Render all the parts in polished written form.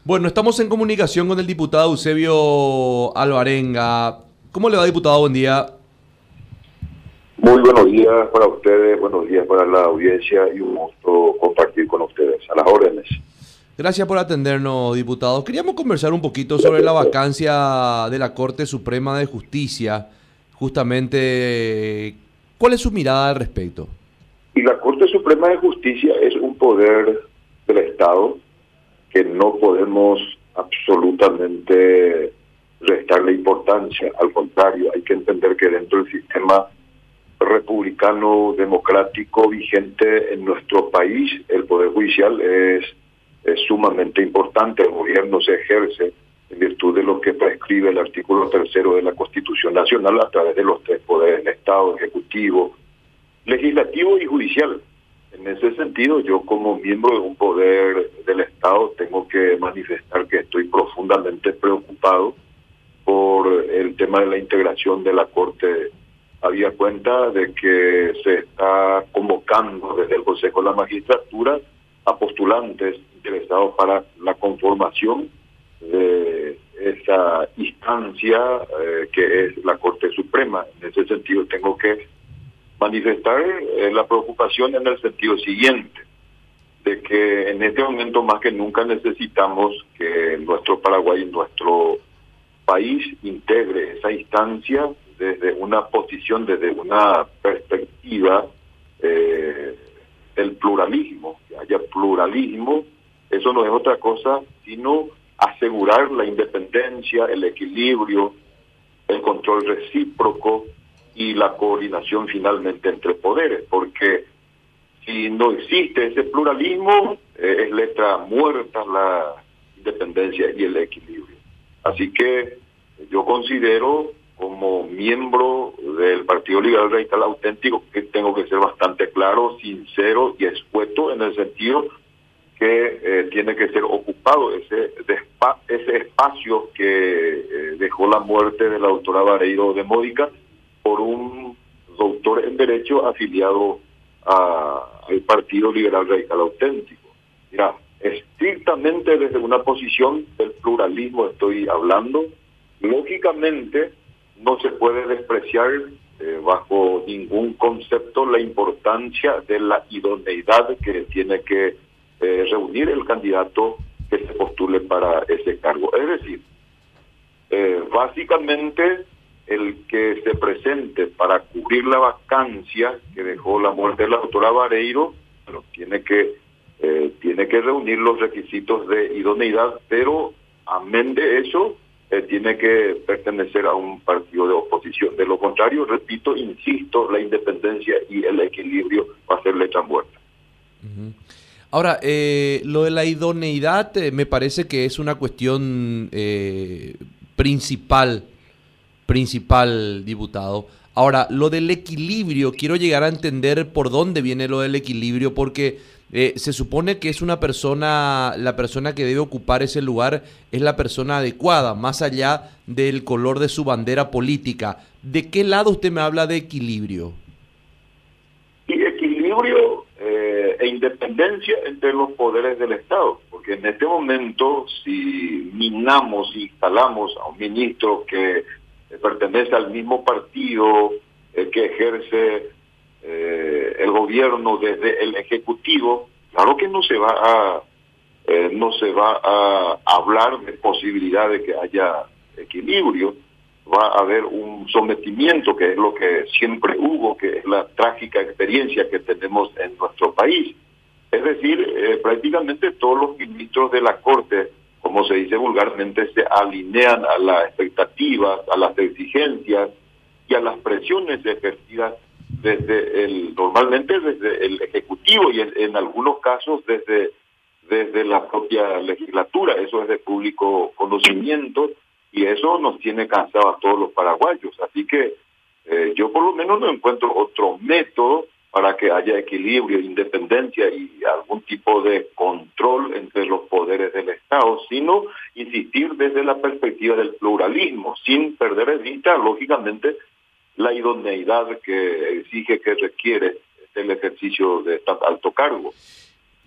Bueno, estamos en comunicación con el diputado Eusebio Alvarenga. ¿Cómo le va, diputado? Buen día. Muy buenos días para ustedes, buenos días para la audiencia y un gusto compartir con ustedes. A las órdenes. Gracias por atendernos, diputado. Queríamos conversar un poquito sobre la vacancia de la Corte Suprema de Justicia. Justamente, ¿cuál es su mirada al respecto? Y la Corte Suprema de Justicia es un poder del Estado que no podemos absolutamente restarle importancia. Al contrario, hay que entender que dentro del sistema republicano democrático vigente en nuestro país, el Poder Judicial es sumamente importante. El gobierno se ejerce en virtud de lo que prescribe el artículo 3º de la Constitución Nacional a través de los tres poderes del Estado: ejecutivo, legislativo y judicial. En ese sentido, yo como miembro de un poder del Estado tengo que manifestar que estoy profundamente preocupado por el tema de la integración de la Corte. Había cuenta de que se está convocando desde el Consejo de la Magistratura a postulantes interesados para la conformación de esa instancia que es la Corte Suprema. En ese sentido tengo que manifestar la preocupación en el sentido siguiente, de que en este momento más que nunca necesitamos que nuestro Paraguay, nuestro país, integre esa instancia desde una posición, desde una perspectiva del pluralismo, que haya pluralismo. Eso no es otra cosa sino asegurar la independencia, el equilibrio, el control recíproco y la coordinación finalmente entre poderes, porque si no existe ese pluralismo, es letra muerta la independencia y el equilibrio. Así que yo considero, como miembro del Partido Liberal Radical Auténtico, que tengo que ser bastante claro, sincero y escueto en el sentido que tiene que ser ocupado ese espacio que dejó la muerte de la doctora Vareiro de Módica por un doctor en Derecho afiliado al Partido Liberal Radical Auténtico. Mira, estrictamente desde una posición del pluralismo estoy hablando. Lógicamente no se puede despreciar bajo ningún concepto la importancia de la idoneidad que tiene que reunir el candidato que se postule para ese cargo. Es decir, básicamente el que se presente para cubrir la vacancia que dejó la muerte de la doctora Vareiro, bueno, tiene que reunir los requisitos de idoneidad, pero amén de eso, tiene que pertenecer a un partido de oposición. De lo contrario, repito, insisto, la independencia y el equilibrio va a ser letra muerta. Uh-huh. Ahora, lo de la idoneidad me parece que es una cuestión principal, diputado. Ahora, lo del equilibrio, quiero llegar a entender por dónde viene lo del equilibrio, porque se supone que es la persona que debe ocupar ese lugar es la persona adecuada, más allá del color de su bandera política. ¿De qué lado usted me habla de equilibrio? Y equilibrio e independencia entre los poderes del Estado, porque en este momento si minamos, instalamos a un ministro que pertenece al mismo partido que ejerce el gobierno desde el Ejecutivo, claro que no se va a hablar de posibilidad de que haya equilibrio. Va a haber un sometimiento, que es lo que siempre hubo, que es la trágica experiencia que tenemos en nuestro país. Es decir, prácticamente todos los ministros de la Corte, como se dice vulgarmente, se alinean a las expectativas, a las exigencias y a las presiones ejercidas normalmente desde el Ejecutivo y en algunos casos desde la propia legislatura. Eso es de público conocimiento y eso nos tiene cansados a todos los paraguayos. Así que yo por lo menos no encuentro otro método para que haya equilibrio, independencia y algún tipo de control entre los poderes del Estado, sino insistir desde la perspectiva del pluralismo, sin perder de vista, lógicamente, la idoneidad que exige, que requiere el ejercicio de tan alto cargo.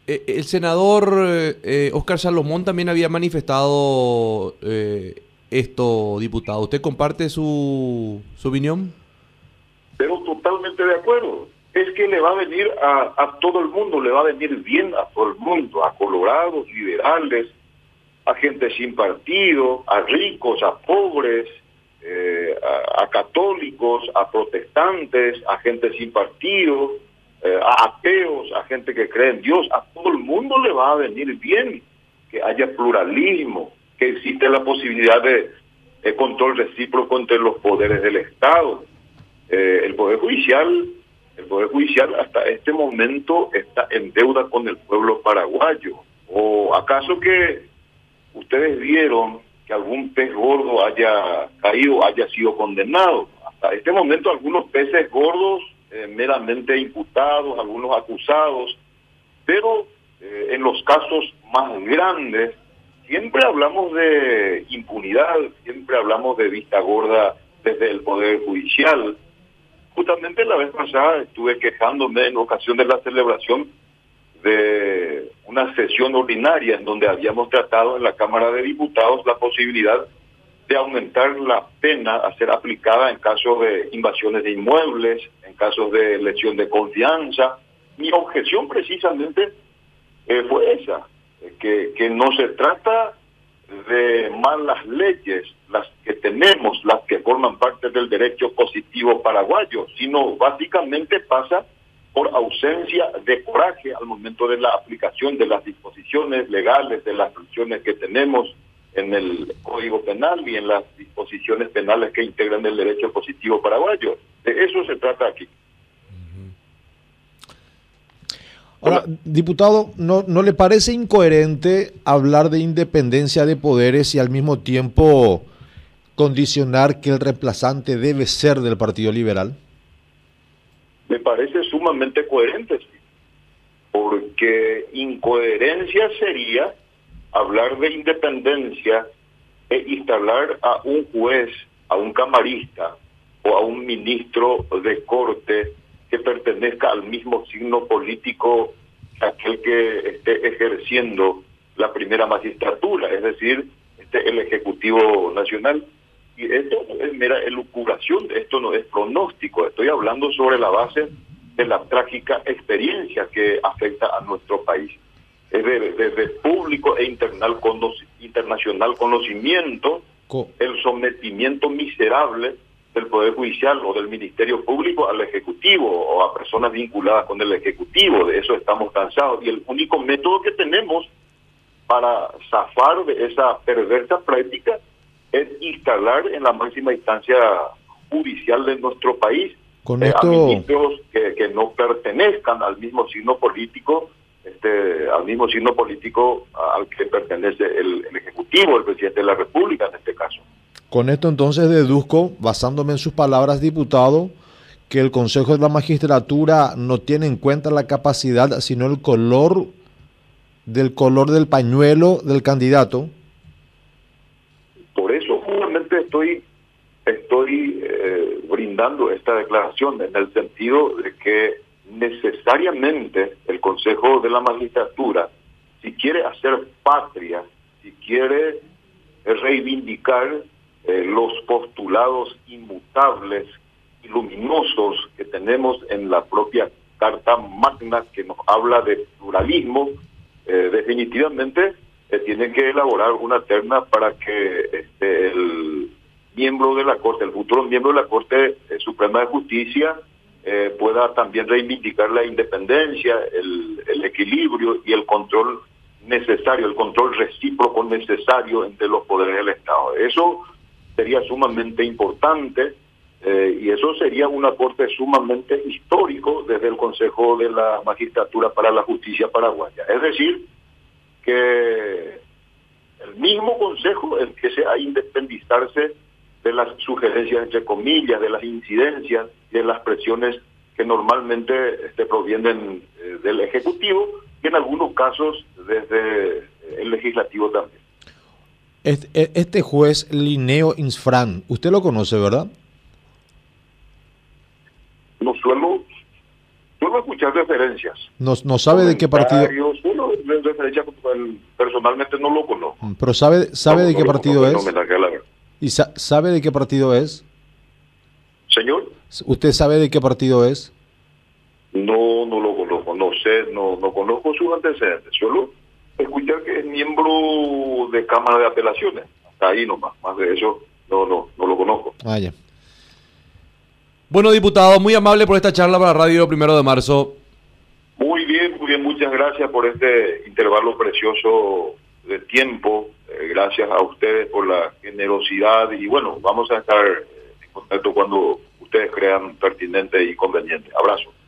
El senador Óscar Salomón también había manifestado esto, diputado. ¿Usted comparte su opinión? Pero totalmente de acuerdo. Es que le va a venir a todo el mundo, le va a venir bien a todo el mundo, a colorados, liberales, a gente sin partido, a ricos, a pobres, a católicos, a protestantes, a gente sin partido, a ateos, a gente que cree en Dios. A todo el mundo le va a venir bien que haya pluralismo, que existe la posibilidad de control recíproco entre los poderes del Estado. El Poder Judicial hasta este momento está en deuda con el pueblo paraguayo. ¿O acaso que ustedes vieron que algún pez gordo haya caído, haya sido condenado? Hasta este momento algunos peces gordos meramente imputados, algunos acusados, pero en los casos más grandes siempre hablamos de impunidad, siempre hablamos de vista gorda desde el Poder Judicial. Justamente la vez pasada estuve quejándome en ocasión de la celebración de una sesión ordinaria en donde habíamos tratado en la Cámara de Diputados la posibilidad de aumentar la pena a ser aplicada en casos de invasiones de inmuebles, en casos de lesión de confianza. Mi objeción precisamente fue esa, que no se trata de malas leyes, las que tenemos, las que forman parte del derecho positivo paraguayo, sino básicamente pasa por ausencia de coraje al momento de la aplicación de las disposiciones legales, de las funciones que tenemos en el Código Penal y en las disposiciones penales que integran el derecho positivo paraguayo. De eso se trata aquí. Ahora, diputado, ¿no le parece incoherente hablar de independencia de poderes y al mismo tiempo condicionar que el reemplazante debe ser del Partido Liberal? Me parece sumamente coherente, sí, porque incoherencia sería hablar de independencia e instalar a un juez, a un camarista o a un ministro de corte que pertenezca al mismo signo político que aquel que esté ejerciendo la primera magistratura, es decir, el Ejecutivo Nacional. Y esto no es mera elucubración, esto no es pronóstico, estoy hablando sobre la base de la trágica experiencia que afecta a nuestro país. Es de público e internacional conocimiento el sometimiento miserable del Poder Judicial o del Ministerio Público al Ejecutivo o a personas vinculadas con el Ejecutivo. De eso estamos cansados. Y el único método que tenemos para zafar de esa perversa práctica es instalar en la máxima instancia judicial de nuestro país a ministros que no pertenezcan al mismo signo político, al que pertenece el Ejecutivo, el presidente de la República en este caso. Con esto entonces deduzco, basándome en sus palabras, diputado, que el Consejo de la Magistratura no tiene en cuenta la capacidad, sino el color del pañuelo del candidato. Por eso justamente estoy brindando esta declaración en el sentido de que necesariamente el Consejo de la Magistratura, si quiere hacer patria, si quiere reivindicar los postulados inmutables y luminosos que tenemos en la propia Carta Magna que nos habla de pluralismo, definitivamente tienen que elaborar una terna para que el miembro de la Corte, el futuro miembro de la Corte Suprema de Justicia, pueda también reivindicar la independencia, el equilibrio y el control necesario, el control recíproco necesario entre los poderes del Estado. Eso sería sumamente importante y eso sería un aporte sumamente histórico desde el Consejo de la Magistratura para la Justicia Paraguaya. Es decir, que el mismo Consejo empiece a independizarse de las sugerencias, entre comillas, de las incidencias, de las presiones que normalmente provienen del Ejecutivo y en algunos casos desde el Legislativo también. Este juez Linneo Insfrán, usted lo conoce, ¿verdad? No suelo escuchar escuchar referencias. No sabe de qué partido. Solo referencias, personalmente no lo conozco. Pero sabe de qué partido es. ¿Y sabe de qué partido es? Señor. ¿Usted sabe de qué partido es? No lo conozco, no sé, no conozco sus antecedentes. Solo escuchar que es miembro de Cámara de Apelaciones. Hasta ahí nomás, más de eso no lo conozco. Ya. Bueno, diputado, muy amable por esta charla para Radio 1 de Marzo. Muy bien, muchas gracias por este intervalo precioso de tiempo. Gracias a ustedes por la generosidad y bueno, vamos a estar en contacto cuando ustedes crean pertinente y conveniente. Abrazo.